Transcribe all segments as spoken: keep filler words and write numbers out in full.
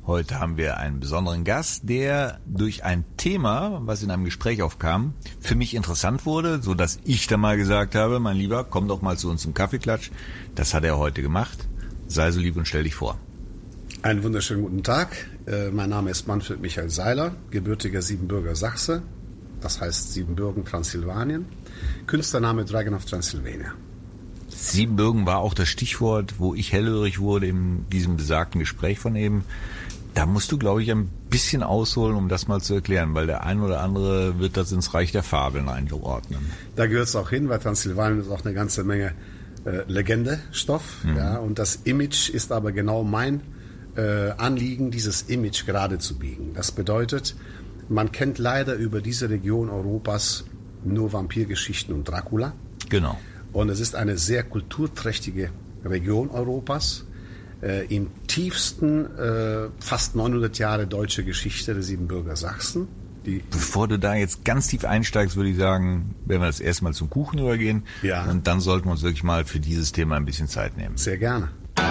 Heute haben wir einen besonderen Gast, der durch ein Thema, was in einem Gespräch aufkam, für mich interessant wurde, so dass ich dann mal gesagt habe, mein Lieber, komm doch mal zu uns zum Kaffeeklatsch. Das hat er heute gemacht. Sei so lieb und stell dich vor. Einen wunderschönen guten Tag. Äh, mein Name ist Manfred Michael Seiler, gebürtiger Siebenbürger Sachse. Das heißt Siebenbürgen, Transsilvanien. Künstlername Dragon of Transylvania. Siebenbürgen war auch das Stichwort, wo ich hellhörig wurde in diesem besagten Gespräch von eben. Da musst du, glaube ich, ein bisschen ausholen, um das mal zu erklären, weil der ein oder andere wird das ins Reich der Fabeln einordnen. Da gehört es auch hin, weil Transsilvanien ist auch eine ganze Menge äh, Legende-Stoff. Mhm. Ja, und das Image ist aber genau mein äh, Anliegen, dieses Image gerade zu biegen. Das bedeutet, man kennt leider über diese Region Europas nur Vampirgeschichten und Dracula. Genau. Und es ist eine sehr kulturträchtige Region Europas. Äh, im tiefsten, äh, fast neunhundert Jahre deutsche Geschichte der Siebenbürger Sachsen. Die Bevor du da jetzt ganz tief einsteigst, würde ich sagen, werden wir das erstmal zum Kuchen übergehen. Ja. Und dann sollten wir uns wirklich mal für dieses Thema ein bisschen Zeit nehmen. Sehr gerne.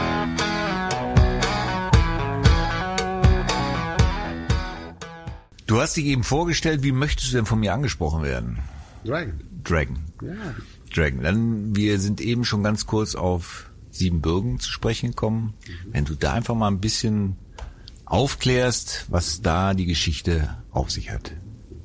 Du hast dich eben vorgestellt, wie möchtest du denn von mir angesprochen werden? Dragon. Dragon. Ja. Dragon. Dann, wir sind eben schon ganz kurz auf Siebenbürgen zu sprechen gekommen. Mhm. Wenn du da einfach mal ein bisschen aufklärst, was da die Geschichte auf sich hat.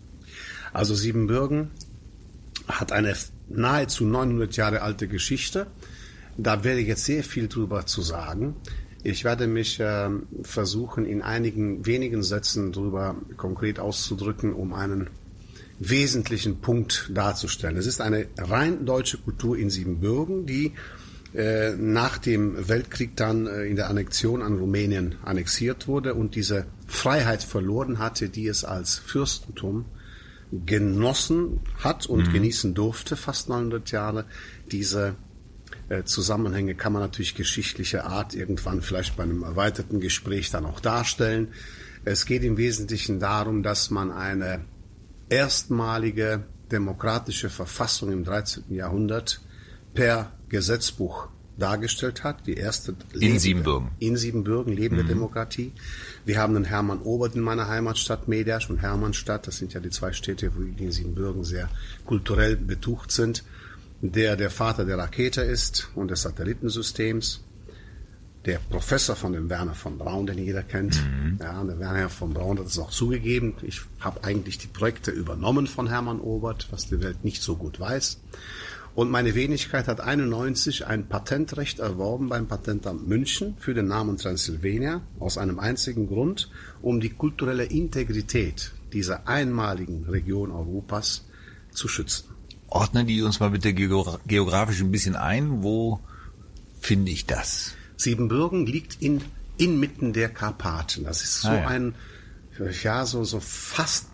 Also Siebenbürgen hat eine nahezu neunhundert Jahre alte Geschichte. Da werde ich jetzt sehr viel drüber zu sagen. Ich werde mich äh, versuchen, in einigen wenigen Sätzen drüber konkret auszudrücken, um einen wesentlichen Punkt darzustellen. Es ist eine rein deutsche Kultur in Siebenbürgen, die äh, nach dem Weltkrieg dann äh, in der Annexion an Rumänien annexiert wurde und diese Freiheit verloren hatte, die es als Fürstentum genossen hat und mhm. genießen durfte, fast neunhundert Jahre. Diese äh, Zusammenhänge kann man natürlich geschichtlicher Art irgendwann vielleicht bei einem erweiterten Gespräch dann auch darstellen. Es geht im Wesentlichen darum, dass man eine erstmalige demokratische Verfassung im dreizehnten Jahrhundert per Gesetzbuch dargestellt hat. Die erste in lebende, Siebenbürgen. In Siebenbürgen lebende mhm. Demokratie. Wir haben den Hermann Obert in meiner Heimatstadt Mediasch und Hermannstadt. Das sind ja die zwei Städte, wo die in Siebenbürgen sehr kulturell betucht sind. Der der Vater der Rakete ist und des Satellitensystems. Der Professor von dem Werner von Braun, den jeder kennt. Mhm. Ja, der Werner von Braun hat es auch zugegeben. Ich habe eigentlich die Projekte übernommen von Hermann Obert, was die Welt nicht so gut weiß. Und meine Wenigkeit hat einundneunzig ein Patentrecht erworben beim Patentamt München für den Namen Transylvania aus einem einzigen Grund, um die kulturelle Integrität dieser einmaligen Region Europas zu schützen. Ordne die uns mal bitte geografisch ein bisschen ein. Wo finde ich das? Siebenbürgen liegt in, inmitten der Karpaten. Das ist so ah, ja. ein, ja, so, so fast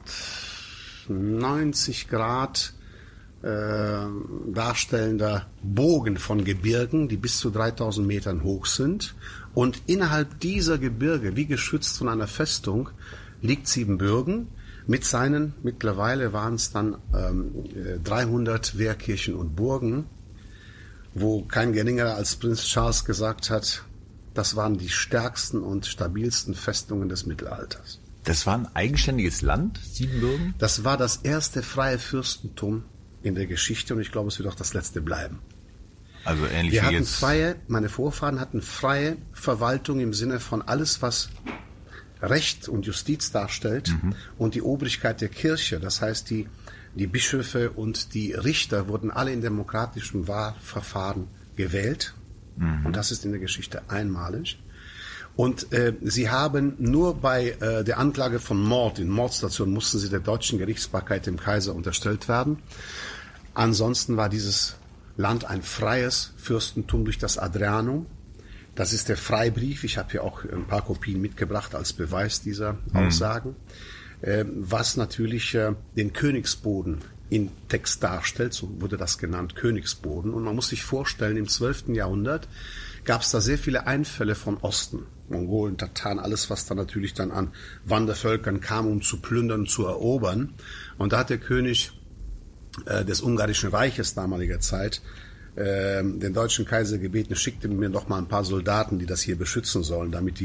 neunzig Grad äh, darstellender Bogen von Gebirgen, die bis zu dreitausend Metern hoch sind. Und innerhalb dieser Gebirge, wie geschützt von einer Festung, liegt Siebenbürgen mit seinen, mittlerweile waren es dann ähm, dreihundert Wehrkirchen und Burgen, wo kein geringerer als Prinz Charles gesagt hat, das waren die stärksten und stabilsten Festungen des Mittelalters. Das war ein eigenständiges Land, Siebenbürgen? Das war das erste freie Fürstentum in der Geschichte und ich glaube, es wird auch das letzte bleiben. Also ähnlich Wir wie hatten jetzt. freie, meine Vorfahren hatten freie Verwaltung im Sinne von alles, was Recht und Justiz darstellt mhm. und die Obrigkeit der Kirche, das heißt die Die Bischöfe und die Richter wurden alle in demokratischem Wahlverfahren gewählt. Mhm. Und das ist in der Geschichte einmalig. Und äh, sie haben nur bei äh, der Anklage von Mord, in Mordstationen mussten sie der deutschen Gerichtsbarkeit dem Kaiser unterstellt werden. Ansonsten war dieses Land ein freies Fürstentum durch das Adrianum. Das ist der Freibrief. Ich habe hier auch ein paar Kopien mitgebracht als Beweis dieser mhm. Aussagen. Was natürlich äh, den Königsboden in Text darstellt, so wurde das genannt, Königsboden. Und man muss sich vorstellen, im zwölften Jahrhundert gab es da sehr viele Einfälle von Osten, Mongolen, Tataren, alles, was da natürlich dann an Wandervölkern kam, um zu plündern und zu erobern. Und da hat der König äh, des Ungarischen Reiches damaliger Zeit äh, den deutschen Kaiser gebeten, schickte mir doch mal ein paar Soldaten, die das hier beschützen sollen, damit die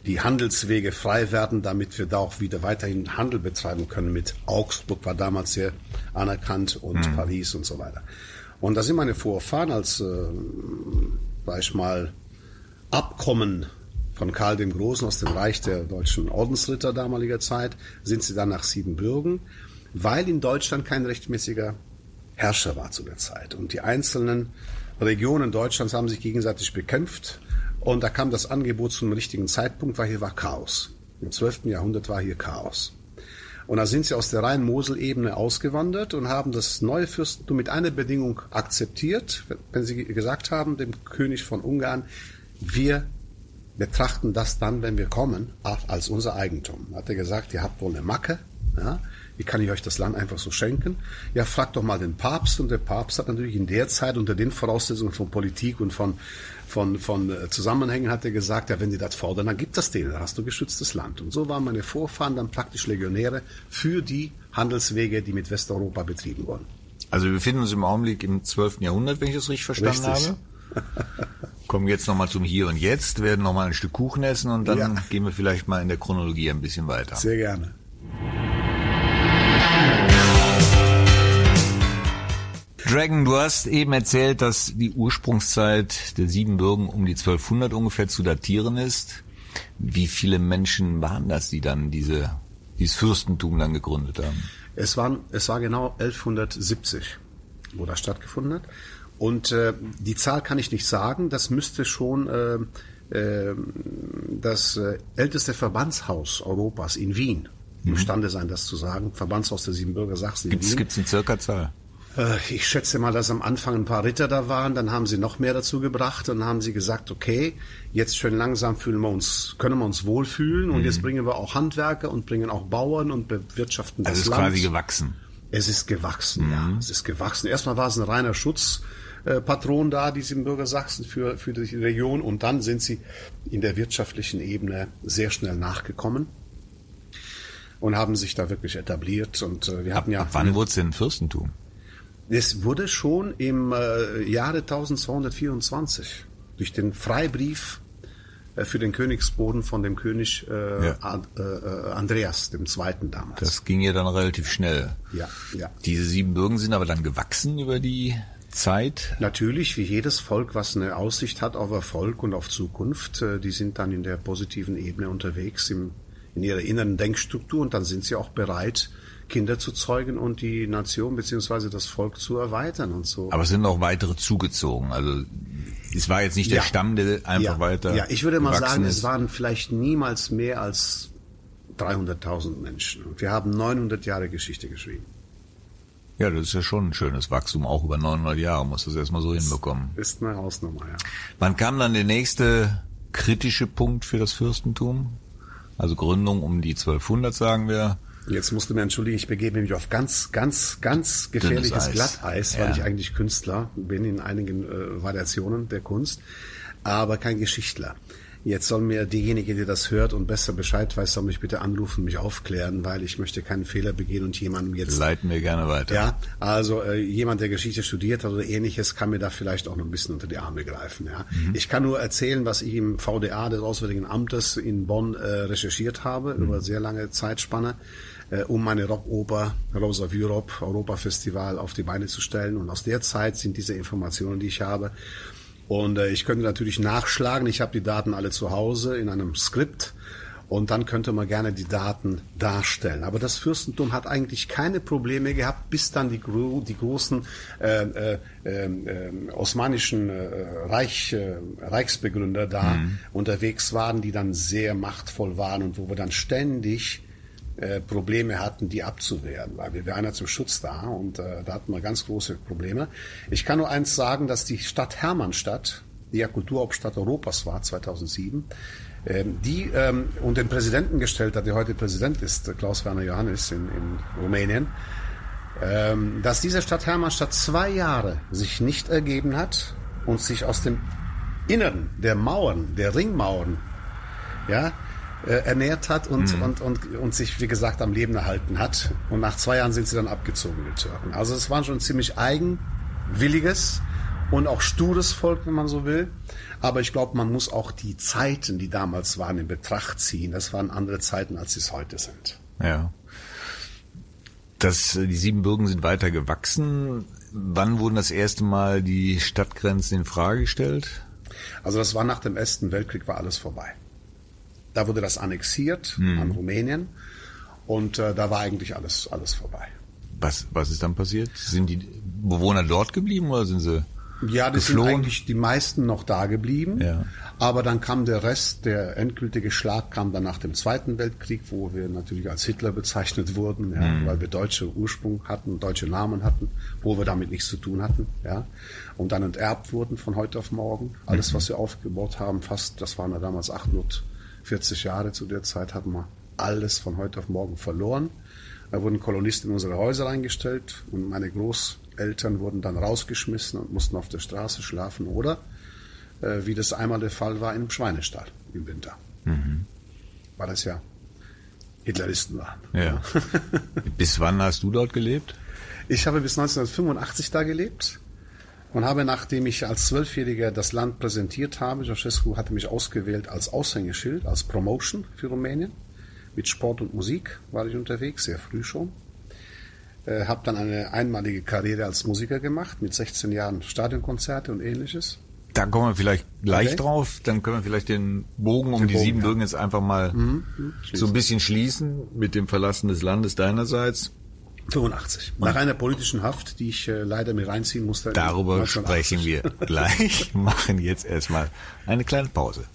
die Handelswege frei werden, damit wir da auch wieder weiterhin Handel betreiben können. Mit Augsburg war damals sehr anerkannt und mhm. Paris und so weiter. Und da sind meine Vorfahren als, äh, sag ich mal, Abkommen von Karl dem Großen aus dem Reich der deutschen Ordensritter damaliger Zeit, sind sie dann nach Siebenbürgen, weil in Deutschland kein rechtmäßiger Herrscher war zu der Zeit. Und die einzelnen Regionen Deutschlands haben sich gegenseitig bekämpft. Und da kam das Angebot zum richtigen Zeitpunkt, weil hier war Chaos. Im zwölften Jahrhundert war hier Chaos. Und da sind sie aus der Rhein-Mosel-Ebene ausgewandert und haben das neue Fürstentum mit einer Bedingung akzeptiert, wenn sie gesagt haben, dem König von Ungarn, wir betrachten das dann, wenn wir kommen, als unser Eigentum. Hat er gesagt, ihr habt wohl eine Macke, ja? Wie kann ich euch das Land einfach so schenken? Ja, fragt doch mal den Papst. Und der Papst hat natürlich in der Zeit unter den Voraussetzungen von Politik und von, von, von Zusammenhängen hat er gesagt, ja, wenn die das fordern, dann gibt das denen, dann hast du geschütztes Land. Und so waren meine Vorfahren dann praktisch Legionäre für die Handelswege, die mit Westeuropa betrieben wurden. Also wir befinden uns im Augenblick im zwölften Jahrhundert, wenn ich das richtig verstanden richtig. habe. Kommen jetzt nochmal zum Hier und Jetzt, werden nochmal ein Stück Kuchen essen und dann ja. gehen wir vielleicht mal in der Chronologie ein bisschen weiter. Sehr gerne. Dragon, du hast eben erzählt, dass die Ursprungszeit der Siebenbürgen um die zwölfhundert ungefähr zu datieren ist. Wie viele Menschen waren das, die dann diese, dieses Fürstentum dann gegründet haben? Es waren, es war genau elfhundertsiebzig, wo das stattgefunden hat. Und äh, die Zahl kann ich nicht sagen, das müsste schon äh, äh, das äh, älteste Verbandshaus Europas in Wien mhm. imstande sein, das zu sagen. Verbandshaus der Siebenbürger Sachsen in Wien. Gibt es eine Circa-Zahl? Äh, ich schätze mal, dass am Anfang ein paar Ritter da waren, dann haben sie noch mehr dazu gebracht und haben sie gesagt, okay, jetzt schön langsam fühlen wir uns, können wir uns wohlfühlen und mhm. jetzt bringen wir auch Handwerker und bringen auch Bauern und bewirtschaften das also Land. Also es ist quasi gewachsen. Es ist gewachsen, mhm. ja, es ist gewachsen. Erstmal war es ein reiner Schutz. Patron da, die Siebenbürger Sachsen für, für die Region und dann sind sie in der wirtschaftlichen Ebene sehr schnell nachgekommen und haben sich da wirklich etabliert und äh, wir hatten ja... Ab wann wurde es denn Fürstentum? Es wurde schon im äh, Jahre eintausendzweihundertvierundzwanzig durch den Freibrief äh, für den Königsboden von dem König äh, ja. Ad, äh, Andreas dem Zweiten damals. Das ging ja dann relativ schnell. Ja, ja. Diese Siebenbürgen sind aber dann gewachsen über die Zeit? Natürlich, wie jedes Volk, was eine Aussicht hat auf Erfolg und auf Zukunft, die sind dann in der positiven Ebene unterwegs, im, in ihrer inneren Denkstruktur und dann sind sie auch bereit, Kinder zu zeugen und die Nation bzw. das Volk zu erweitern und so. Aber es sind auch weitere zugezogen, also es war jetzt nicht ja. der Stamm, der einfach ja. weiter Ja, ich würde mal sagen, ist. es waren vielleicht niemals mehr als dreihunderttausend Menschen und wir haben neunhundert Jahre Geschichte geschrieben. Ja, das ist ja schon ein schönes Wachstum, auch über neunhundert Jahre muss das erstmal so hinbekommen. Ist eine Hausnummer, ja. Wann kam dann der nächste kritische Punkt für das Fürstentum? Also Gründung um die zwölfhundert, sagen wir. Jetzt musst du mir entschuldigen, ich begebe mich auf ganz, ganz, ganz gefährliches Glatteis, weil ja. ich eigentlich Künstler bin in einigen äh, Variationen der Kunst, aber kein Geschichtler. Jetzt soll mir diejenige, die das hört und besser Bescheid weiß, soll mich bitte anrufen und mich aufklären, weil ich möchte keinen Fehler begehen und jemandem jetzt... Leiten wir gerne weiter. Ja, also äh, jemand, der Geschichte studiert hat oder Ähnliches, kann mir da vielleicht auch noch ein bisschen unter die Arme greifen. Ja, mhm. Ich kann nur erzählen, was ich im V D A des Auswärtigen Amtes in Bonn äh, recherchiert habe, mhm. über sehr lange Zeitspanne, äh, um meine Rockoper Rose of Europe Europafestival auf die Beine zu stellen. Und aus der Zeit sind diese Informationen, die ich habe. Und äh, ich könnte natürlich nachschlagen, ich habe die Daten alle zu Hause in einem Skript und dann könnte man gerne die Daten darstellen. Aber das Fürstentum hat eigentlich keine Probleme gehabt, bis dann die, die großen äh, äh, äh, osmanischen äh, Reich, äh, Reichsbegründer da mhm. unterwegs waren, die dann sehr machtvoll waren und wo wir dann ständig äh, Probleme hatten, die abzuwehren, weil wir waren ja zum Schutz da und äh, da hatten wir ganz große Probleme. Ich kann nur eins sagen, dass die Stadt Hermannstadt, die ja Kulturhauptstadt Europas war zweitausendsieben, ähm, die ähm, und den Präsidenten gestellt hat, der heute Präsident ist, Klaus Werner Iohannis in, in Rumänien, ähm, dass diese Stadt Hermannstadt zwei Jahre sich nicht ergeben hat und sich aus dem Inneren der Mauern, der Ringmauern, ja, ernährt hat und, mhm. und, und, und sich, wie gesagt, am Leben erhalten hat. Und nach zwei Jahren sind sie dann abgezogen, die Türken. Also es war schon ein ziemlich eigenwilliges und auch stures Volk, wenn man so will. Aber ich glaube, man muss auch die Zeiten, die damals waren, in Betracht ziehen. Das waren andere Zeiten, als sie es heute sind. Ja. Das, die Siebenbürgen sind weiter gewachsen. Wann wurden das erste Mal die Stadtgrenzen in Frage gestellt? Also das war nach dem Ersten Weltkrieg, war alles vorbei. Da wurde das annexiert hm. an Rumänien und äh, da war eigentlich alles, alles vorbei. Was, was ist dann passiert? Sind die Bewohner dort geblieben oder sind sie Ja, das geflohen? sind eigentlich die meisten noch da geblieben. Ja. Aber dann kam der Rest, der endgültige Schlag kam dann nach dem Zweiten Weltkrieg, wo wir natürlich als Hitler bezeichnet wurden, ja, mhm. weil wir deutsche Ursprung hatten, deutsche Namen hatten, wo wir damit nichts zu tun hatten, ja, und dann enterbt wurden von heute auf morgen. Alles, mhm. was wir aufgebaut haben, fast, das waren ja damals achthundertvierzig Jahre zu der Zeit, hatten wir alles von heute auf morgen verloren. Da wurden Kolonisten in unsere Häuser eingestellt und meine Großeltern wurden dann rausgeschmissen und mussten auf der Straße schlafen oder äh, wie das einmal der Fall war, in einem Schweinestall im Winter. Mhm. Weil das ja Hitleristen waren. Ja. Bis wann hast du dort gelebt? Ich habe bis neunzehnhundertfünfundachtzig da gelebt und habe, nachdem ich als Zwölfjähriger das Land präsentiert habe, Ceausescu hatte mich ausgewählt als Aushängeschild, als Promotion für Rumänien. Mit Sport und Musik war ich unterwegs, sehr früh schon. Äh, habe dann eine einmalige Karriere als Musiker gemacht, mit sechzehn Jahren Stadionkonzerte und Ähnliches. Da kommen wir vielleicht gleich Okay. drauf. Dann können wir vielleicht den Bogen um Den die Bogen, Siebenbürgen ja. jetzt einfach mal Mhm, mhm, so ein bisschen schließen mit dem Verlassen des Landes deinerseits. fünfundachtzig. Nach einer politischen Haft, die ich äh, leider mir reinziehen musste. Darüber neunzehnhundertachtzig. sprechen wir gleich. Machen jetzt erstmal eine kleine Pause.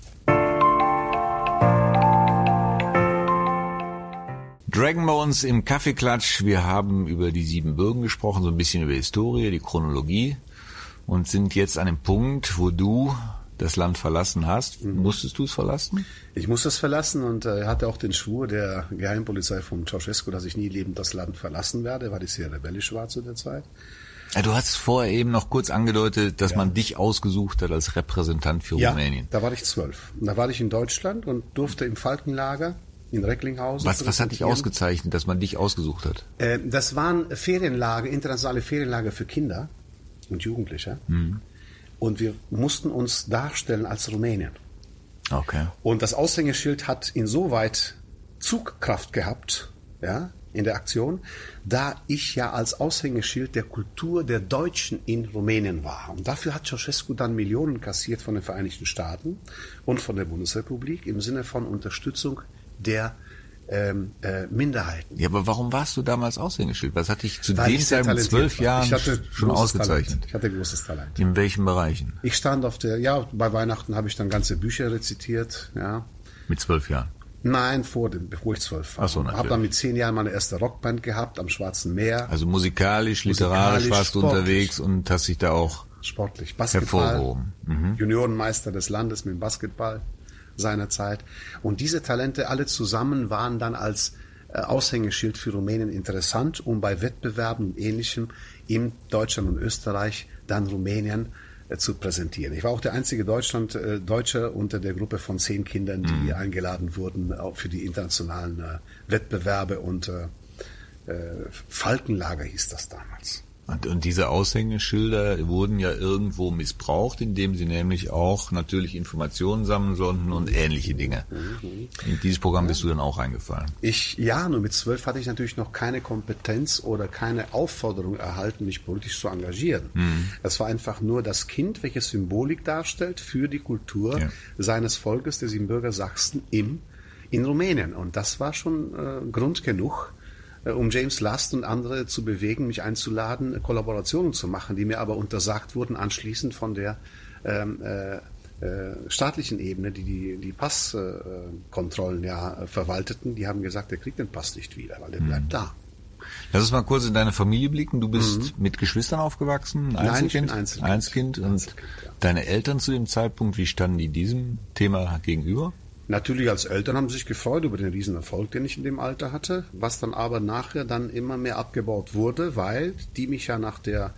Dragon Bones im Kaffeeklatsch. Wir haben über die Siebenbürgen gesprochen, so ein bisschen über Historie, die Chronologie und sind jetzt an dem Punkt, wo du das Land verlassen hast. Mhm. Musstest du es verlassen? Ich musste es verlassen und äh, hatte auch den Schwur der Geheimpolizei von Ceausescu, dass ich nie lebend das Land verlassen werde, weil ich sehr rebellisch war zu der Zeit. Ja, du hast vorher eben noch kurz angedeutet, dass Ja. man dich ausgesucht hat als Repräsentant für Ja, Rumänien. da war ich zwölf. Und da war ich in Deutschland und durfte im Falkenlager in Recklinghausen. Was, was hat dich präsentieren. ausgezeichnet, dass man dich ausgesucht hat? Äh, das waren Ferienlager, internationale Ferienlager für Kinder und Jugendliche. Mhm. Und wir mussten uns darstellen als Rumänien. Okay. Und das Aushängeschild hat insoweit Zugkraft gehabt, ja, in der Aktion, da ich ja als Aushängeschild der Kultur der Deutschen in Rumänien war. Und dafür hat Ceausescu dann Millionen kassiert von den Vereinigten Staaten und von der Bundesrepublik im Sinne von Unterstützung der ähm, äh, Minderheiten. Ja, aber warum warst du damals Aushängeschild? Was hat dich zu Weil dem ich sehr Zeitpunkt mit talentiert zwölf war. Jahren Ich hatte schon großes ausgezeichnet? Talent. Ich hatte großes Talent. In welchen Bereichen? Ich stand auf der, ja, bei Weihnachten habe ich dann ganze Bücher rezitiert, ja. Mit zwölf Jahren? Nein, vor dem, bevor ich zwölf war. Ach so, Ich habe natürlich. dann mit zehn Jahren meine erste Rockband gehabt am Schwarzen Meer. Also musikalisch, literarisch Musikalisch, warst du sportlich. unterwegs und hast dich da auch Sportlich. Basketball. hervorgehoben. Mhm. Juniorenmeister des Landes mit dem Basketball seinerzeit. Und diese Talente alle zusammen waren dann als äh, Aushängeschild für Rumänien interessant, um bei Wettbewerben und Ähnlichem in Deutschland und Österreich dann Rumänien äh, zu präsentieren. Ich war auch der einzige Deutschland, äh, Deutsche unter der Gruppe von zehn Kindern, die Mhm. eingeladen wurden auch für die internationalen äh, Wettbewerbe und äh, äh, Falkenlager hieß das damals. Und, und diese Aushängeschilder wurden ja irgendwo missbraucht, indem sie nämlich auch natürlich Informationen sammeln sollten und ähnliche Dinge. In dieses Programm bist du dann auch eingefallen. Ich, ja, nur mit zwölf hatte ich natürlich noch keine Kompetenz oder keine Aufforderung erhalten, mich politisch zu engagieren. Mhm. Das war einfach nur das Kind, welches Symbolik darstellt für die Kultur Ja. seines Volkes, der Siebenbürger Sachsen, im, in Rumänien. Und das war schon äh, Grund genug, äh, um James Last und andere zu bewegen, mich einzuladen, Kollaborationen zu machen, die mir aber untersagt wurden anschließend von der ähm, äh, äh, staatlichen Ebene, die die, die Passkontrollen äh, ja äh, verwalteten. Die haben gesagt, der kriegt den Pass nicht wieder, weil der bleibt da. Lass uns mal kurz in deine Familie blicken. Du bist mit Geschwistern aufgewachsen, ein Nein, ich bin Einzelkind, Einzelkind. Einzelkind. Und Einzelkind, ja. deine Eltern zu dem Zeitpunkt, wie standen die diesem Thema gegenüber? Natürlich als Eltern haben sie sich gefreut über den Riesenerfolg, den ich in dem Alter hatte, was dann aber nachher dann immer mehr abgebaut wurde, weil die mich ja nach der,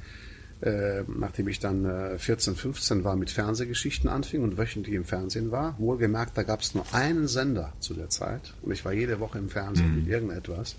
äh, nachdem ich dann äh, vierzehn, fünfzehn war, mit Fernsehgeschichten anfing und wöchentlich im Fernsehen war, wohlgemerkt, da gab es nur einen Sender zu der Zeit und ich war jede Woche im Fernsehen mit irgendetwas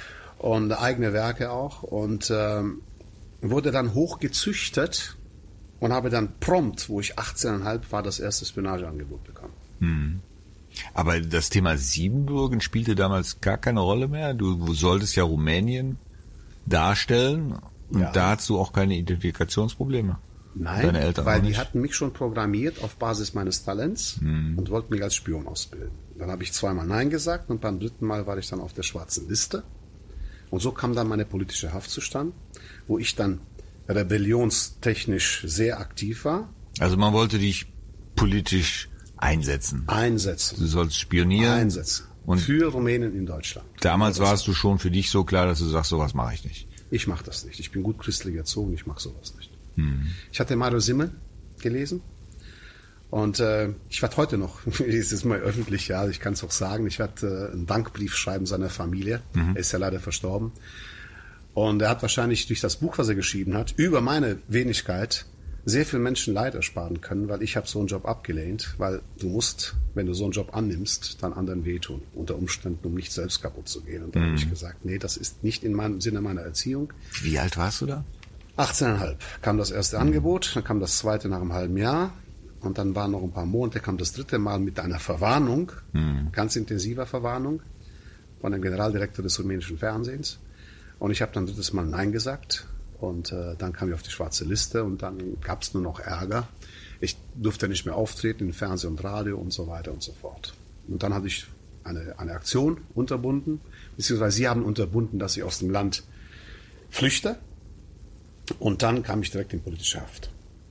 und eigene Werke auch und ähm, wurde dann hochgezüchtet und habe dann prompt, wo ich achtzehn Komma fünf war, das erste Spionageangebot bekommen. Hm. Aber das Thema Siebenbürgen spielte damals gar keine Rolle mehr. Du solltest ja Rumänien darstellen und ja. da hattest du auch keine Identifikationsprobleme. Nein, Deine Eltern weil die hatten mich schon programmiert auf Basis meines Talents hm. und wollten mich als Spion ausbilden. Dann habe ich zweimal Nein gesagt und beim dritten Mal war ich dann auf der schwarzen Liste. Und so kam dann meine politische Haft zustande, wo ich dann rebellionstechnisch sehr aktiv war. Also man wollte dich politisch einsetzen. Einsetzen. Du sollst spionieren. Einsetzen. Und für Rumänen in Deutschland. Damals warst du schon für dich so klar, dass du sagst, sowas mache ich nicht. Ich mache das nicht. Ich bin gut christlich erzogen, ich mache sowas nicht. Hm. Ich hatte Mario Simmel gelesen und äh, ich werde heute noch, es ist mal öffentlich, ja, ich kann es auch sagen, ich werde äh, einen Dankbrief schreiben seiner Familie. Mhm. Er ist ja leider verstorben. Und er hat wahrscheinlich durch das Buch, was er geschrieben hat, über meine Wenigkeit sehr vielen Menschen Leid ersparen können, weil ich habe so einen Job abgelehnt, weil du musst, wenn du so einen Job annimmst, dann anderen wehtun, unter Umständen, um nicht selbst kaputt zu gehen. Und da mhm. habe ich gesagt, nee, das ist nicht in meinem Sinne meiner Erziehung. Wie alt warst du da? achtzehn Komma fünf kam das erste mhm. Angebot, dann kam das zweite nach einem halben Jahr und dann waren noch ein paar Monate, kam das dritte Mal mit einer Verwarnung, mhm. ganz intensiver Verwarnung von dem Generaldirektor des rumänischen Fernsehens. Und ich habe dann drittes Mal Nein gesagt und äh, dann kam ich auf die schwarze Liste und dann gab es nur noch Ärger. Ich durfte nicht mehr auftreten in Fernsehen und Radio und so weiter und so fort. Und dann hatte ich eine, eine Aktion unterbunden, beziehungsweise sie haben unterbunden, dass ich aus dem Land flüchte. Und dann kam ich direkt in politische Haft.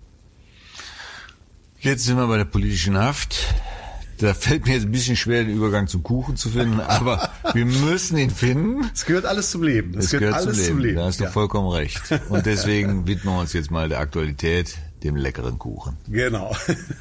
Jetzt sind wir bei der politischen Haft. Da fällt mir jetzt ein bisschen schwer, den Übergang zum Kuchen zu finden, aber wir müssen ihn finden. Es gehört alles zum Leben. Es gehört, gehört alles zum Leben. Zum Leben. Da hast du ja. vollkommen recht. Und deswegen widmen wir uns jetzt mal der Aktualität, dem leckeren Kuchen. Genau.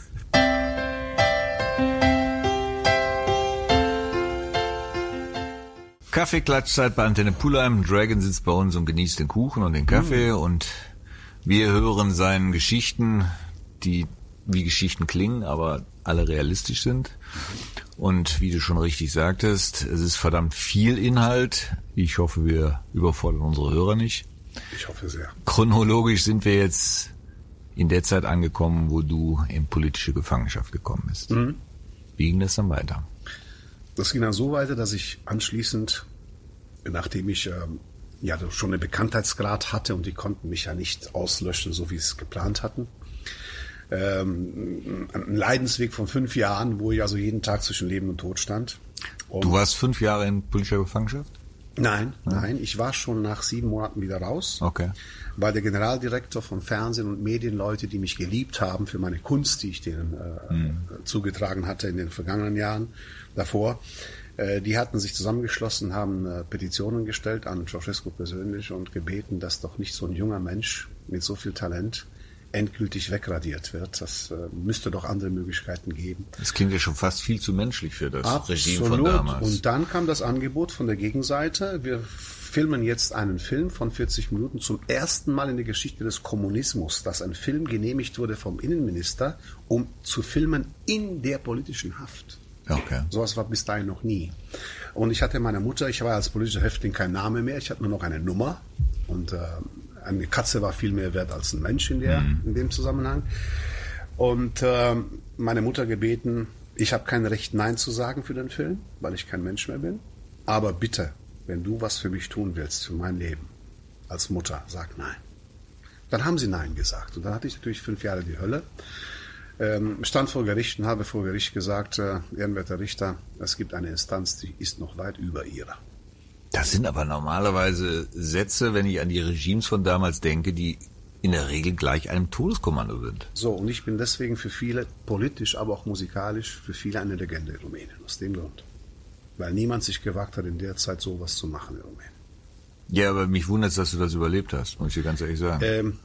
Kaffeeklatschzeit bei Antenne Pulheim. Dragon sitzt bei uns und genießt den Kuchen und den Kaffee mm. und wir hören seinen Geschichten, die wie Geschichten klingen, aber alle realistisch sind. Und wie du schon richtig sagtest, es ist verdammt viel Inhalt. Ich hoffe, wir überfordern unsere Hörer nicht. Ich hoffe sehr. Chronologisch sind wir jetzt in der Zeit angekommen, wo du in politische Gefangenschaft gekommen bist. Mm. Wie ging das dann weiter? Das ging dann so weiter, dass ich anschließend, nachdem ich ähm, ja schon einen Bekanntheitsgrad hatte und die konnten mich ja nicht auslöschen, so wie sie es geplant hatten, ähm, einen Leidensweg von fünf Jahren, wo ich also jeden Tag zwischen Leben und Tod stand. Und du warst fünf Jahre in politischer Gefangenschaft? Nein, ja. nein, ich war schon nach sieben Monaten wieder raus. Okay. Weil der Generaldirektor von Fernsehen und Medienleute, die mich geliebt haben für meine Kunst, die ich denen äh, mhm. zugetragen hatte in den vergangenen Jahren davor, äh, die hatten sich zusammengeschlossen, haben äh, Petitionen gestellt an Ceausescu persönlich und gebeten, dass doch nicht so ein junger Mensch mit so viel Talent endgültig wegradiert wird. Das äh, müsste doch andere Möglichkeiten geben. Das klingt ja schon fast viel zu menschlich für das Absolut. Regime von damals. Und dann kam das Angebot von der Gegenseite. Wir filmen jetzt einen Film von vierzig Minuten zum ersten Mal in der Geschichte des Kommunismus, dass ein Film genehmigt wurde vom Innenminister, um zu filmen in der politischen Haft. Okay. Sowas war bis dahin noch nie. Und ich hatte meiner Mutter, ich war als politischer Häftling kein Name mehr, ich hatte nur noch eine Nummer und äh, eine Katze war viel mehr wert als ein Mensch in, der, mhm. in dem Zusammenhang. Und äh, meine Mutter gebeten, ich habe kein Recht, Nein zu sagen für den Film, weil ich kein Mensch mehr bin. Aber bitte, wenn du was für mich tun willst, für mein Leben, als Mutter, sag Nein. Dann haben sie Nein gesagt. Und dann hatte ich natürlich fünf Jahre die Hölle. Ähm, stand vor Gericht und habe vor Gericht gesagt, äh, ehrenwerter Richter, es gibt eine Instanz, die ist noch weit über ihrer. Das sind aber normalerweise Sätze, wenn ich an die Regimes von damals denke, die in der Regel gleich einem Todeskommando sind. So, und ich bin deswegen für viele, politisch, aber auch musikalisch, für viele eine Legende in Rumänien, aus dem Grund. Weil niemand sich gewagt hat, in der Zeit sowas zu machen in Rumänien. Ja, aber mich wundert es, dass du das überlebt hast, muss ich dir ganz ehrlich sagen. Ähm,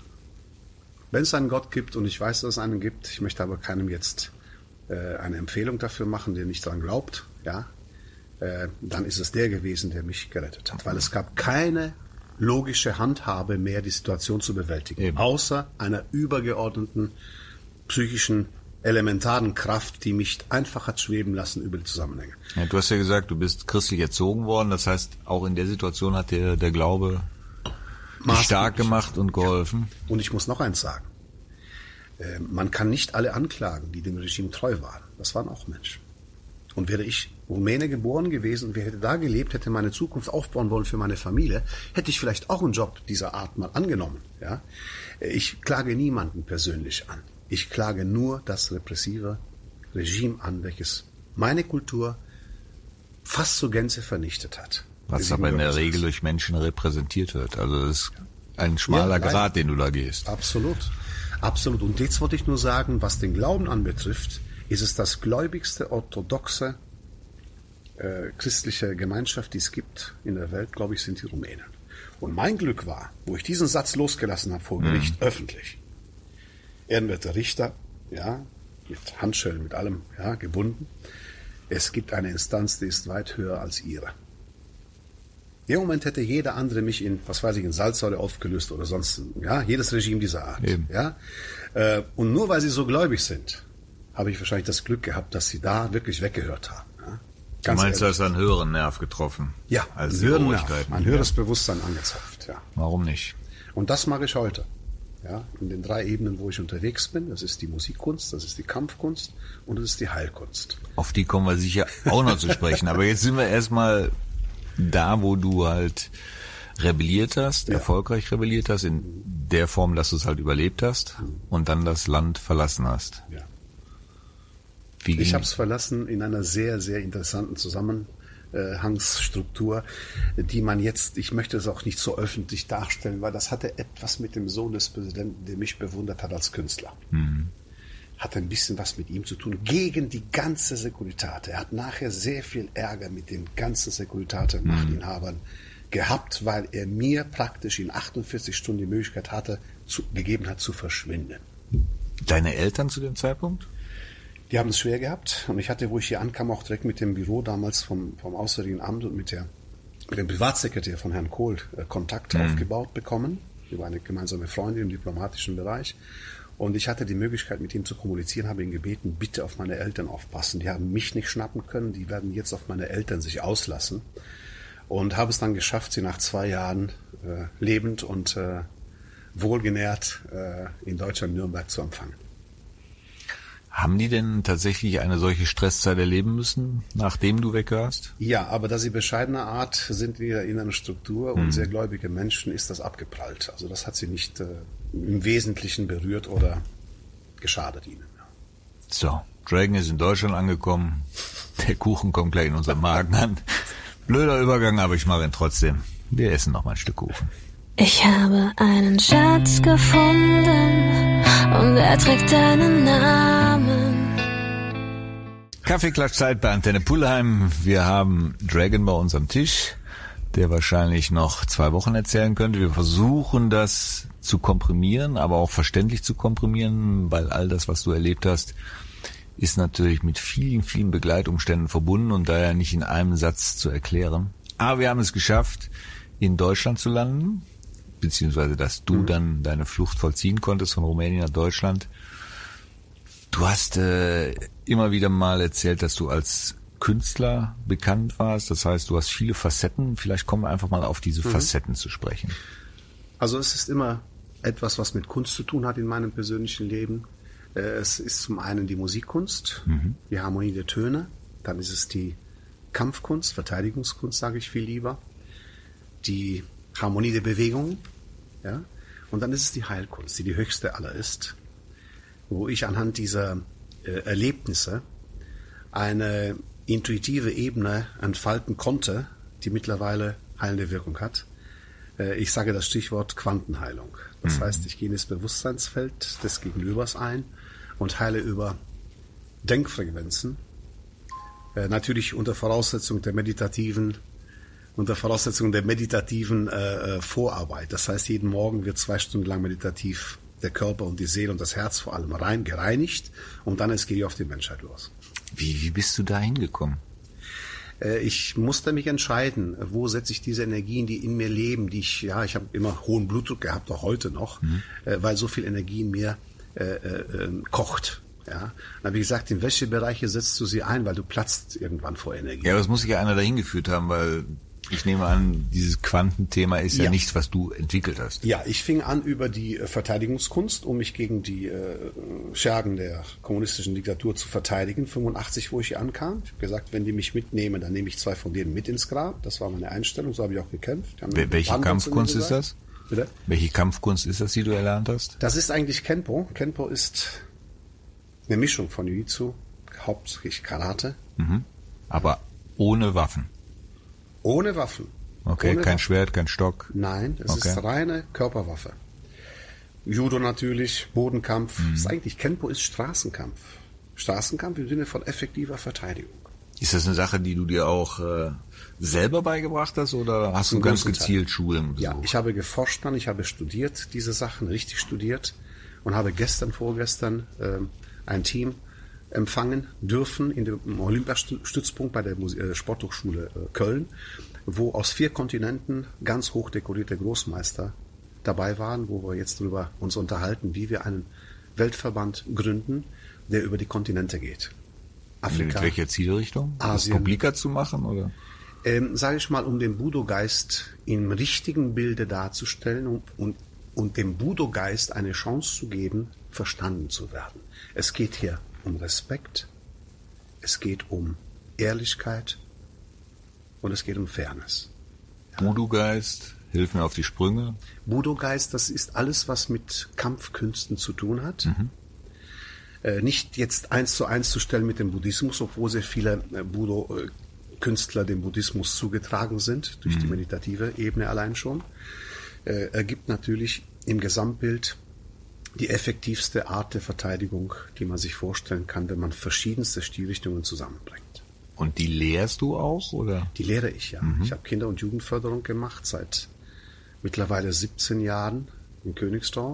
wenn es einen Gott gibt, und ich weiß, dass es einen gibt, ich möchte aber keinem jetzt äh, eine Empfehlung dafür machen, der nicht daran glaubt, ja, dann ist es der gewesen, der mich gerettet hat. Weil es gab keine logische Handhabe mehr, die Situation zu bewältigen. Eben. Außer einer übergeordneten psychischen, elementaren Kraft, die mich einfach hat schweben lassen über die Zusammenhänge. Ja, du hast ja gesagt, du bist christlich erzogen worden. Das heißt, auch in der Situation hat dir der Glaube stark gemacht und geholfen. Ja. Und ich muss noch eins sagen. Äh, man kann nicht alle anklagen, die dem Regime treu waren. Das waren auch Menschen. Und wäre ich Rumäne geboren gewesen und wer hätte da gelebt, hätte meine Zukunft aufbauen wollen für meine Familie, hätte ich vielleicht auch einen Job dieser Art mal angenommen. Ja? Ich klage niemanden persönlich an. Ich klage nur das repressive Regime an, welches meine Kultur fast zur Gänze vernichtet hat. Was aber in der Regel durch Menschen repräsentiert wird. Also das ist ein schmaler ja, Grat, den du da gehst. Absolut. Absolut. Und jetzt wollte ich nur sagen, was den Glauben anbetrifft, ist es das gläubigste orthodoxe äh, christliche Gemeinschaft, die es gibt in der Welt, glaube ich, sind die Rumänen. Und mein Glück war, wo ich diesen Satz losgelassen habe vor Gericht, mhm. öffentlich. Ehrenwerter Richter, ja, mit Handschellen, mit allem, ja, gebunden. Es gibt eine Instanz, die ist weit höher als ihre. In dem Moment hätte jeder andere mich in, was weiß ich, in Salzsäure aufgelöst oder sonst, ja, jedes Regime dieser Art. Eben. Ja. Äh, und nur weil sie so gläubig sind, habe ich wahrscheinlich das Glück gehabt, dass sie da wirklich weggehört haben. Ja? Du meinst, du hast einen höheren Nerv getroffen? Ja, als einen höheren Nerv, ein höheres Bewusstsein angezapft. Ja. Warum nicht? Und das mache ich heute. Ja, in den drei Ebenen, wo ich unterwegs bin. Das ist die Musikkunst, das ist die Kampfkunst und das ist die Heilkunst. Auf die kommen wir sicher auch noch zu sprechen. Aber jetzt sind wir erstmal da, wo du halt rebelliert hast, ja. erfolgreich rebelliert hast, in der Form, dass du es halt überlebt hast und dann das Land verlassen hast. Ja. Wie ich habe es verlassen in einer sehr, sehr interessanten Zusammenhangsstruktur, die man jetzt, ich möchte es auch nicht so öffentlich darstellen, weil das hatte etwas mit dem Sohn des Präsidenten, der mich bewundert hat als Künstler. Mhm. Hatte ein bisschen was mit ihm zu tun, gegen die ganze Securitate. Er hat nachher sehr viel Ärger mit den ganzen Securitate-Machtinhabern mhm. gehabt, weil er mir praktisch in achtundvierzig Stunden die Möglichkeit hatte, zu, gegeben hat, zu verschwinden. Deine Eltern zu dem Zeitpunkt? Die haben es schwer gehabt und ich hatte, wo ich hier ankam, auch direkt mit dem Büro damals vom, vom Auswärtigen Amt und mit, der, mit dem Privatsekretär von Herrn Kohl äh, Kontakt mhm. aufgebaut bekommen, über eine gemeinsame Freundin im diplomatischen Bereich. Und ich hatte die Möglichkeit, mit ihm zu kommunizieren, habe ihn gebeten, bitte auf meine Eltern aufpassen. Die haben mich nicht schnappen können, die werden jetzt auf meine Eltern sich auslassen. Und habe es dann geschafft, sie nach zwei Jahren äh, lebend und äh, wohlgenährt äh, in Deutschland, Nürnberg zu empfangen. Haben die denn tatsächlich eine solche Stresszeit erleben müssen, nachdem du weg warst? Ja, aber da sie bescheidener Art sind in ihrer inneren Struktur und mhm. sehr gläubige Menschen, ist das abgeprallt. Also das hat sie nicht äh, im Wesentlichen berührt oder geschadet ihnen. So, Dragon ist in Deutschland angekommen. Der Kuchen kommt gleich in unseren Magen an. Blöder Übergang, aber ich mache ihn trotzdem. Wir essen noch mal ein Stück Kuchen. Ich habe einen Schatz gefunden und er trägt deinen Namen. Kaffeeklatschzeit bei Antenne Pulheim. Wir haben Dragon bei uns am Tisch, der wahrscheinlich noch zwei Wochen erzählen könnte. Wir versuchen das zu komprimieren, aber auch verständlich zu komprimieren, weil all das, was du erlebt hast, ist natürlich mit vielen, vielen Begleitumständen verbunden und daher nicht in einem Satz zu erklären. Aber wir haben es geschafft, in Deutschland zu landen, beziehungsweise dass du mhm. dann deine Flucht vollziehen konntest von Rumänien nach Deutschland. Du hast äh, immer wieder mal erzählt, dass du als Künstler bekannt warst. Das heißt, du hast viele Facetten. Vielleicht kommen wir einfach mal auf diese mhm. Facetten zu sprechen. Also es ist immer etwas, was mit Kunst zu tun hat in meinem persönlichen Leben. Es ist zum einen die Musikkunst, mhm. die Harmonie der Töne. Dann ist es die Kampfkunst, Verteidigungskunst, sage ich viel lieber. Die Harmonie der Bewegungen. Ja? Und dann ist es die Heilkunst, die die höchste aller ist, wo ich anhand dieser äh, Erlebnisse eine intuitive Ebene entfalten konnte, die mittlerweile heilende Wirkung hat. Äh, ich sage das Stichwort Quantenheilung. Das mhm. heißt, ich gehe in das Bewusstseinsfeld des Gegenübers ein und heile über Denkfrequenzen, äh, natürlich unter Voraussetzung der meditativen unter Voraussetzung der meditativen äh, Vorarbeit. Das heißt, jeden Morgen wird zwei Stunden lang meditativ der Körper und die Seele und das Herz vor allem rein gereinigt und dann es geht auf die Menschheit los. Wie, wie bist du da hingekommen? Äh, ich musste mich entscheiden, wo setze ich diese Energien, die in mir leben, die ich, ja, ich habe immer hohen Blutdruck gehabt, auch heute noch, mhm. äh, weil so viel Energie in mir äh, äh, kocht. Ja, dann habe ich gesagt, in welche Bereiche setzt du sie ein, weil du platzt irgendwann vor Energie. Ja, aber es muss sich ja einer dahin geführt haben, weil Ich nehme an, dieses Quantenthema ist ja, Ja. nichts, was du entwickelt hast. Ja, ich fing an über die äh, Verteidigungskunst, um mich gegen die äh, Schergen der kommunistischen Diktatur zu verteidigen, fünfundachtzig, wo ich hier ankam. Ich habe gesagt, wenn die mich mitnehmen, dann nehme ich zwei von denen mit ins Grab. Das war meine Einstellung, so habe ich auch gekämpft. Die haben Wel- Welche Banden zu mir Kampfkunst ist gesagt. das? Bitte? Welche Kampfkunst ist das, die du erlernt hast? Das ist eigentlich Kenpo. Kenpo ist eine Mischung von Jiu-Jitsu, hauptsächlich Karate, Aber ohne Waffen. ohne Waffen. Okay, ohne kein Waffen. Schwert, kein Stock. Nein, es Okay. ist reine Körperwaffe. Judo natürlich, Bodenkampf. Mhm. Das ist eigentlich, Kenpo ist Straßenkampf. Straßenkampf im Sinne von effektiver Verteidigung. Ist das eine Sache, die du dir auch äh, selber beigebracht hast oder hast du Zum ganz großen Teil. gezielt Schulen Ja, besucht? ich habe geforscht dann, ich habe studiert diese Sachen, richtig studiert und habe gestern, vorgestern ähm, ein Team empfangen dürfen in dem Olympiastützpunkt bei der Muse- äh, Sporthochschule äh, Köln, wo aus vier Kontinenten ganz hoch dekorierte Großmeister dabei waren, wo wir jetzt darüber uns unterhalten, wie wir einen Weltverband gründen, der über die Kontinente geht. Afrika, Mit welcher Zielrichtung? Das Asien. publiker zu machen oder? ähm, sage ich mal, um den Budo-Geist im richtigen Bilde darzustellen und, und, und dem Budo-Geist eine Chance zu geben, verstanden zu werden. Es geht hier um Respekt, es geht um Ehrlichkeit und es geht um Fairness. Voodoo-Geist, hilf mir auf die Sprünge. Budo-Geist, das ist alles, was mit Kampfkünsten zu tun hat. Äh, nicht jetzt eins zu eins zu stellen mit dem Buddhismus, obwohl sehr viele äh, Budo-Künstler dem Buddhismus zugetragen sind, durch die meditative Ebene allein schon. Äh, ergibt natürlich im Gesamtbild die effektivste Art der Verteidigung, die man sich vorstellen kann, wenn man verschiedenste Stilrichtungen zusammenbringt. Und die lehrst du auch, oder? Die lehre ich ja. Ich habe Kinder- und Jugendförderung gemacht seit mittlerweile siebzehn Jahren in Königsdorf.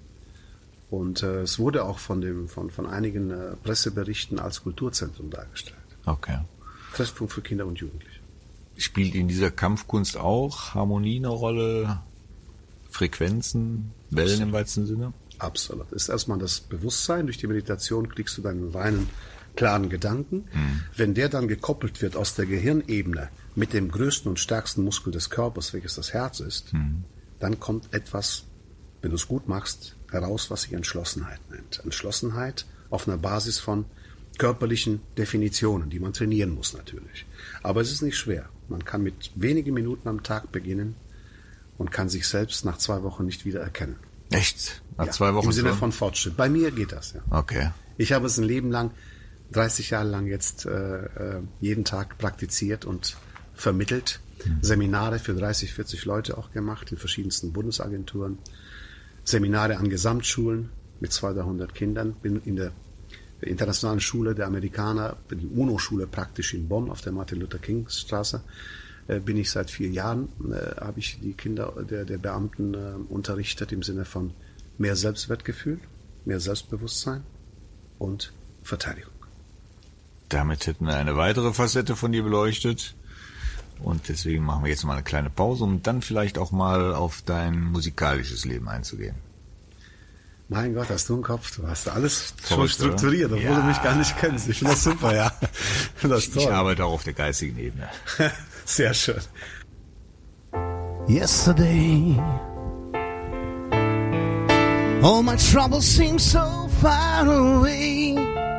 Und äh, es wurde auch von, dem, von, von einigen äh, Presseberichten als Kulturzentrum dargestellt. Okay. Treffpunkt für Kinder und Jugendliche. Spielt in dieser Kampfkunst auch Harmonie eine Rolle, Frequenzen, Wellen im weitesten Sinne? Absolut. Ist erstmal das Bewusstsein. Durch die Meditation kriegst du deinen reinen, klaren Gedanken. Wenn der dann gekoppelt wird aus der Gehirnebene mit dem größten und stärksten Muskel des Körpers, welches das Herz ist, dann kommt etwas, wenn du es gut machst, heraus, was sich Entschlossenheit nennt. Entschlossenheit auf einer Basis von körperlichen Definitionen, die man trainieren muss natürlich. Aber es ist nicht schwer. Man kann mit wenigen Minuten am Tag beginnen und kann sich selbst nach zwei Wochen nicht wieder erkennen. Echt? Nach Ja, zwei Wochen im Sinne schon? von Fortschritt. Bei mir geht das, ja. Okay. Ich habe es ein Leben lang, dreißig Jahre lang jetzt äh, äh, jeden Tag praktiziert und vermittelt. Seminare für dreißig, vierzig Leute auch gemacht in verschiedensten Bundesagenturen. Seminare an Gesamtschulen mit zweihundert, dreihundert Kindern. Bin in der internationalen Schule der Amerikaner, die UNO-Schule praktisch in Bonn auf der Martin-Luther-King-Straße, äh, bin ich seit vier Jahren, äh, habe ich die Kinder der, der Beamten äh, unterrichtet im Sinne von mehr Selbstwertgefühl, mehr Selbstbewusstsein und Verteidigung. Damit hätten wir eine weitere Facette von dir beleuchtet. Und deswegen machen wir jetzt mal eine kleine Pause, um dann vielleicht auch mal auf dein musikalisches Leben einzugehen. Mein Gott, hast du einen Kopf? Du hast alles schon Verrückt, strukturiert, oder? obwohl Ja. du mich gar nicht kennst. Ich finde das super, ja. Ich finde das Ich toll. arbeite auch auf der geistigen Ebene. Sehr schön. Yesterday, all my troubles seem so far away.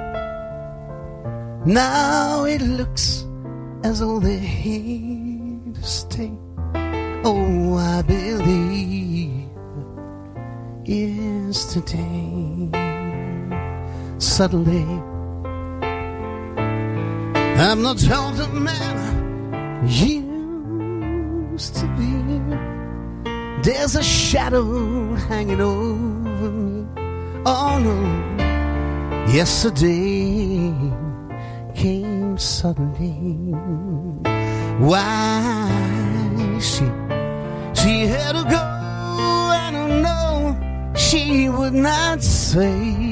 Now it looks as though they're here to stay. Oh, I believe yesterday. Suddenly, I'm not half the man you used to be. There's a shadow hanging over me. Oh no, yesterday came suddenly. Why she she had to go, I don't know. She would not say.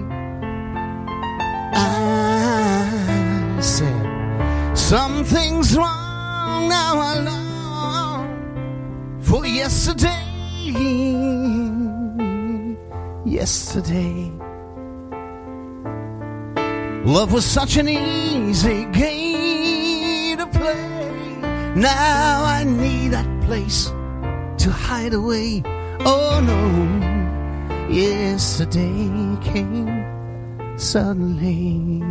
I said something's wrong now. I long for yesterday. Yesterday, love was such an easy game to play. Now I need that place to hide away. Oh no, yesterday came suddenly.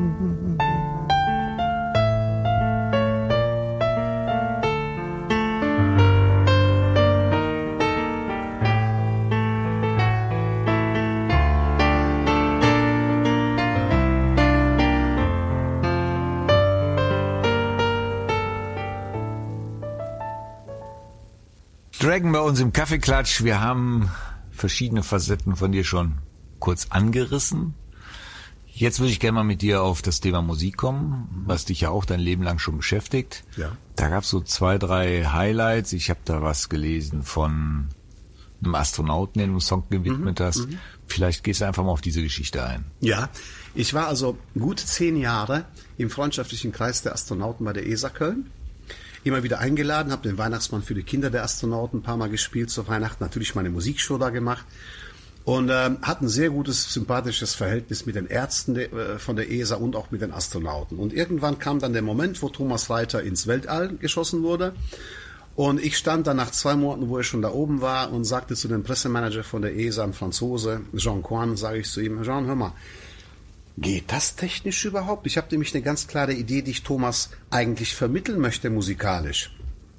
Dragon bei uns im Kaffeeklatsch. Wir haben verschiedene Facetten von dir schon kurz angerissen. Jetzt würde ich gerne mal mit dir auf das Thema Musik kommen, was dich ja auch dein Leben lang schon beschäftigt. Ja. Da gab es so zwei, drei Highlights. Ich habe da was gelesen von einem Astronauten, den du einen Song gewidmet mhm, hast. Mhm. Vielleicht gehst du einfach mal auf diese Geschichte ein. Ja, ich war also gut zehn Jahre im freundschaftlichen Kreis der Astronauten bei der E S A Köln. Immer wieder eingeladen, habe den Weihnachtsmann für die Kinder der Astronauten ein paar Mal gespielt zu Weihnachten, natürlich meine Musikshow da gemacht und äh, hatte ein sehr gutes, sympathisches Verhältnis mit den Ärzten de, äh, von der E S A und auch mit den Astronauten. Und irgendwann kam dann der Moment, wo Thomas Reiter ins Weltall geschossen wurde und ich stand dann nach zwei Monaten, wo er schon da oben war und sagte zu dem Pressemanager von der E S A, ein Franzose, Jean Quan, sage ich zu ihm, Jean, hör mal, geht das technisch überhaupt? Ich habe nämlich eine ganz klare Idee, die ich Thomas eigentlich vermitteln möchte musikalisch.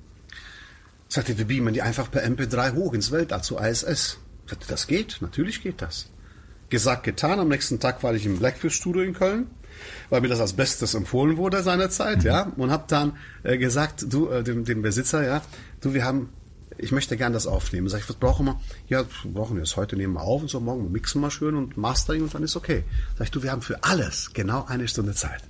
Sagte, wir beamen die einfach per M P drei hoch ins Weltall zu I S S. Sagte, das geht? Natürlich geht das. Gesagt, getan. Am nächsten Tag war ich im Blackfish Studio in Köln, weil mir das als Bestes empfohlen wurde seinerzeit, mhm. ja, und habe dann äh, gesagt, du, äh, dem, dem Besitzer, ja, du, wir haben, ich möchte gern das aufnehmen. Sag ich, was brauchen wir? Ja, brauchen wir das heute, nehmen wir auf und so, morgen mixen wir schön und mastering und dann ist okay. Sag ich, du, wir haben für alles genau eine Stunde Zeit.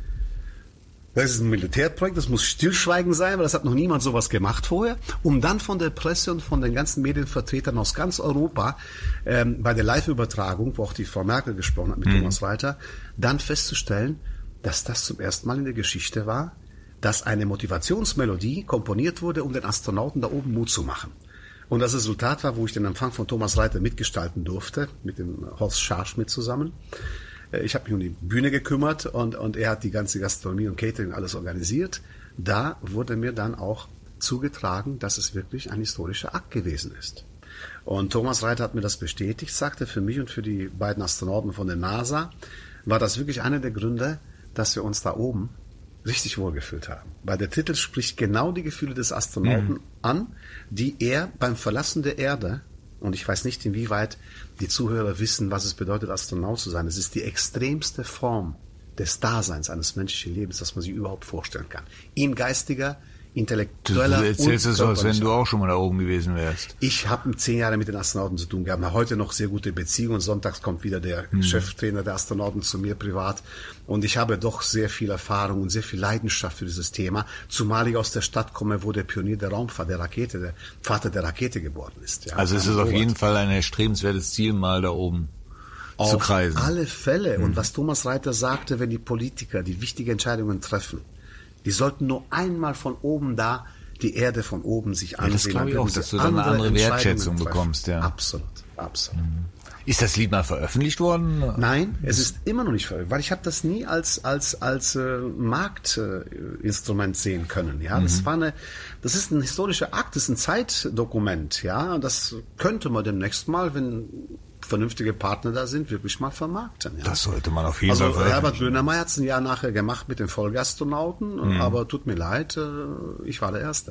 Das ist ein Militärprojekt, das muss Stillschweigen sein, weil das hat noch niemand sowas gemacht vorher, um dann von der Presse und von den ganzen Medienvertretern aus ganz Europa ähm, bei der Live-Übertragung, wo auch die Frau Merkel gesprochen hat mit mhm. Thomas Reiter, dann festzustellen, dass das zum ersten Mal in der Geschichte war, dass eine Motivationsmelodie komponiert wurde, um den Astronauten da oben Mut zu machen. Und das Resultat war, wo ich den Empfang von Thomas Reiter mitgestalten durfte, mit dem Horst Scharschmidt zusammen. Ich habe mich um die Bühne gekümmert und, und er hat die ganze Gastronomie und Catering alles organisiert. Da wurde mir dann auch zugetragen, dass es wirklich ein historischer Akt gewesen ist. Und Thomas Reiter hat mir das bestätigt, sagte, für mich und für die beiden Astronauten von der NASA war das wirklich einer der Gründe, dass wir uns da oben richtig wohlgefühlt haben. Weil der Titel spricht genau die Gefühle des Astronauten mhm. an, die er beim Verlassen der Erde, und ich weiß nicht, inwieweit die Zuhörer wissen, was es bedeutet, Astronaut zu sein. Es ist die extremste Form des Daseins eines menschlichen Lebens, das man sich überhaupt vorstellen kann. In geistiger, intellektueller Du erzählst es so, als wenn du Art. auch schon mal da oben gewesen wärst. Ich habe zehn Jahre mit den Astronauten zu tun gehabt, habe heute noch sehr gute Beziehungen. Sonntags kommt wieder der mhm. Cheftrainer der Astronauten zu mir privat. Und ich habe doch sehr viel Erfahrung und sehr viel Leidenschaft für dieses Thema, zumal ich aus der Stadt komme, wo der Pionier der Raumfahrt, der Rakete, der Vater der Rakete geboren ist. Ja, also es ist auf jeden Fall ein erstrebenswertes Ziel, mal da oben auf zu kreisen. Auf alle Fälle. Mhm. Und was Thomas Reiter sagte, wenn die Politiker die wichtige Entscheidungen treffen, die sollten nur einmal von oben da die Erde von oben sich ansehen. Ja, das glaube ich auch, dass du dann eine andere Wertschätzung bekommst. Ja. Absolut, absolut. Mhm. Ist das Lied mal veröffentlicht worden? Nein, es ist immer noch nicht veröffentlicht, weil ich habe das nie als als als äh, Marktinstrument äh, sehen können. Ja, mhm. das war eine, das ist ein historischer Akt, das ist ein Zeitdokument. Ja, das könnte man demnächst mal, wenn vernünftige Partner da sind, wirklich mal vermarkten. Ja. Das sollte man auf jeden also, Fall veröffentlichen. Herbert Grönemeyer hat es ein Jahr nachher gemacht mit den Vollgastronauten, mhm. aber tut mir leid, ich war der Erste.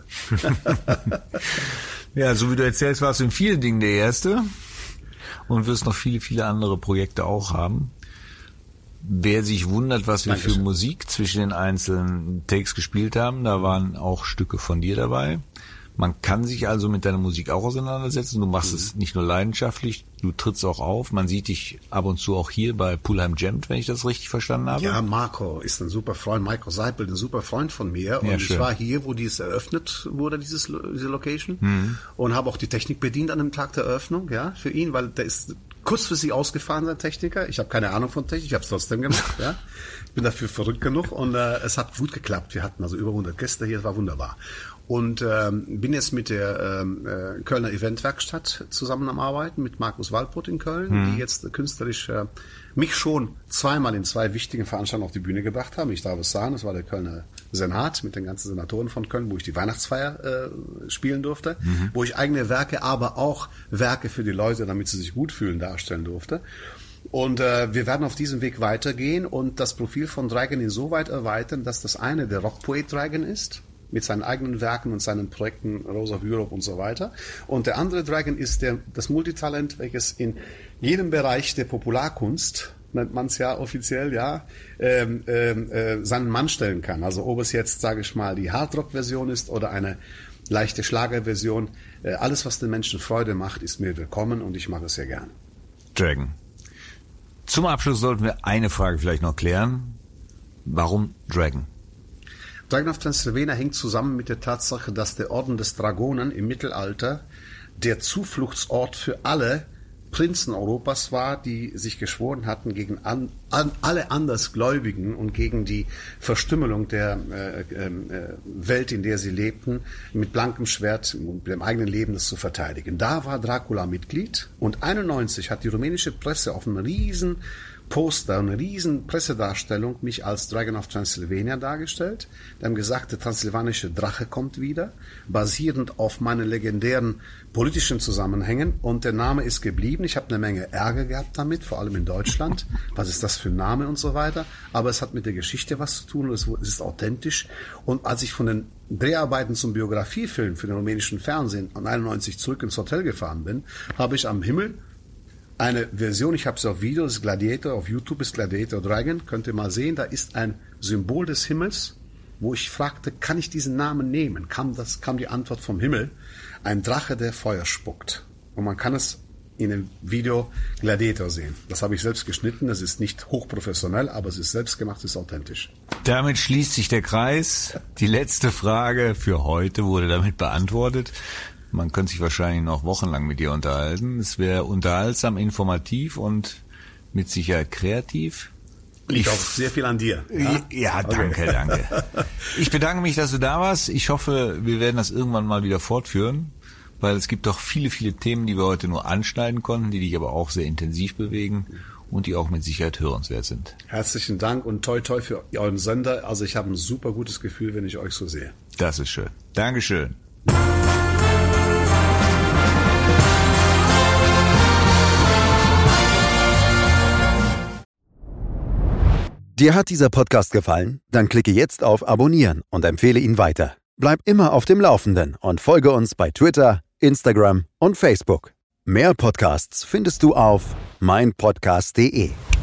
Ja, so wie du erzählst, warst du in vielen Dingen der Erste und wirst noch viele, viele andere Projekte auch haben. Wer sich wundert, was wir Dankeschön. Für Musik zwischen den einzelnen Takes gespielt haben, da waren auch Stücke von dir dabei. Man kann sich also mit deiner Musik auch auseinandersetzen. Du machst mhm. es nicht nur leidenschaftlich, du trittst auch auf. Man sieht dich ab und zu auch hier bei Pulheim Jammed, wenn ich das richtig verstanden habe. Ja, Marco ist ein super Freund, Marco Seipel, ein super Freund von mir. Und ja, ich war hier, wo dies eröffnet wurde, dieses, diese Location. Mhm. Und habe auch die Technik bedient an dem Tag der Eröffnung, ja, für ihn, weil der ist kurzfristig ausgefahren, sein Techniker. Ich habe keine Ahnung von Technik, ich habe es trotzdem gemacht, ja. Ich bin dafür verrückt genug und äh, es hat gut geklappt. Wir hatten also über hundert Gäste hier, es war wunderbar. Und ähm, bin jetzt mit der ähm, äh, Kölner Eventwerkstatt zusammen am Arbeiten, mit Markus Walpott in Köln, mhm. die jetzt künstlerisch äh, mich schon zweimal in zwei wichtigen Veranstaltungen auf die Bühne gebracht haben. Ich darf es sagen, das war der Kölner Senat mit den ganzen Senatoren von Köln, wo ich die Weihnachtsfeier äh, spielen durfte, mhm. wo ich eigene Werke, aber auch Werke für die Leute, damit sie sich gut fühlen, darstellen durfte. Und äh, wir werden auf diesem Weg weitergehen und das Profil von Dragan insoweit erweitern, dass das eine der Rockpoet Dragan ist, mit seinen eigenen Werken und seinen Projekten Rose of Europe und so weiter. Und der andere Dragan ist der, das Multitalent, welches in jedem Bereich der Popularkunst, nennt man es ja offiziell, ja, ähm, ähm, äh, seinen Mann stellen kann. Also ob es jetzt, sage ich mal, die Hardrock-Version ist oder eine leichte Schlagerversion, äh, alles, was den Menschen Freude macht, ist mir willkommen und ich mache es sehr gerne. Dragan. Zum Abschluss sollten wir eine Frage vielleicht noch klären. Warum Dragan? Dragan of Transylvania hängt zusammen mit der Tatsache, dass der Orden des Dragonen im Mittelalter der Zufluchtsort für alle Prinzen Europas war, die sich geschworen hatten gegen an, an, alle Andersgläubigen und gegen die Verstümmelung der äh, äh, Welt, in der sie lebten, mit blankem Schwert und mit dem eigenen Leben das zu verteidigen. Da war Dracula Mitglied und einundneunzig hat die rumänische Presse auf einem riesen Poster, eine riesen Pressedarstellung mich als Dragan of Transylvania dargestellt. Die haben gesagt, der transsilvanische Drache kommt wieder, basierend auf meinen legendären politischen Zusammenhängen und der Name ist geblieben. Ich habe eine Menge Ärger gehabt damit, vor allem in Deutschland. Was ist das für ein Name und so weiter? Aber es hat mit der Geschichte was zu tun und es ist authentisch. Und als ich von den Dreharbeiten zum Biografiefilm für den rumänischen Fernsehen an einundneunzig zurück ins Hotel gefahren bin, habe ich am Himmel eine Version, ich habe es auf Video, das ist Gladiator, auf YouTube ist Gladiator Dragan, könnt ihr mal sehen, da ist ein Symbol des Himmels, wo ich fragte, kann ich diesen Namen nehmen? Kam, das, kam die Antwort vom Himmel, ein Drache, der Feuer spuckt. Und man kann es in dem Video Gladiator sehen. Das habe ich selbst geschnitten, das ist nicht hochprofessionell, aber es ist selbst gemacht, es ist authentisch. Damit schließt sich der Kreis. Die letzte Frage für heute wurde damit beantwortet. Man könnte sich wahrscheinlich noch wochenlang mit dir unterhalten. Es wäre unterhaltsam, informativ und mit Sicherheit kreativ. Liegt auch sehr viel an dir. Ja, ja danke, okay. danke. Ich bedanke mich, dass du da warst. Ich hoffe, wir werden das irgendwann mal wieder fortführen, weil es gibt doch viele, viele Themen, die wir heute nur anschneiden konnten, die dich aber auch sehr intensiv bewegen und die auch mit Sicherheit hörenswert sind. Herzlichen Dank und toi toi für euren Sender. Also ich habe ein super gutes Gefühl, wenn ich euch so sehe. Das ist schön. Dankeschön. Dir hat dieser Podcast gefallen? Dann klicke jetzt auf Abonnieren und empfehle ihn weiter. Bleib immer auf dem Laufenden und folge uns bei Twitter, Instagram und Facebook. Mehr Podcasts findest du auf mein podcast punkt de.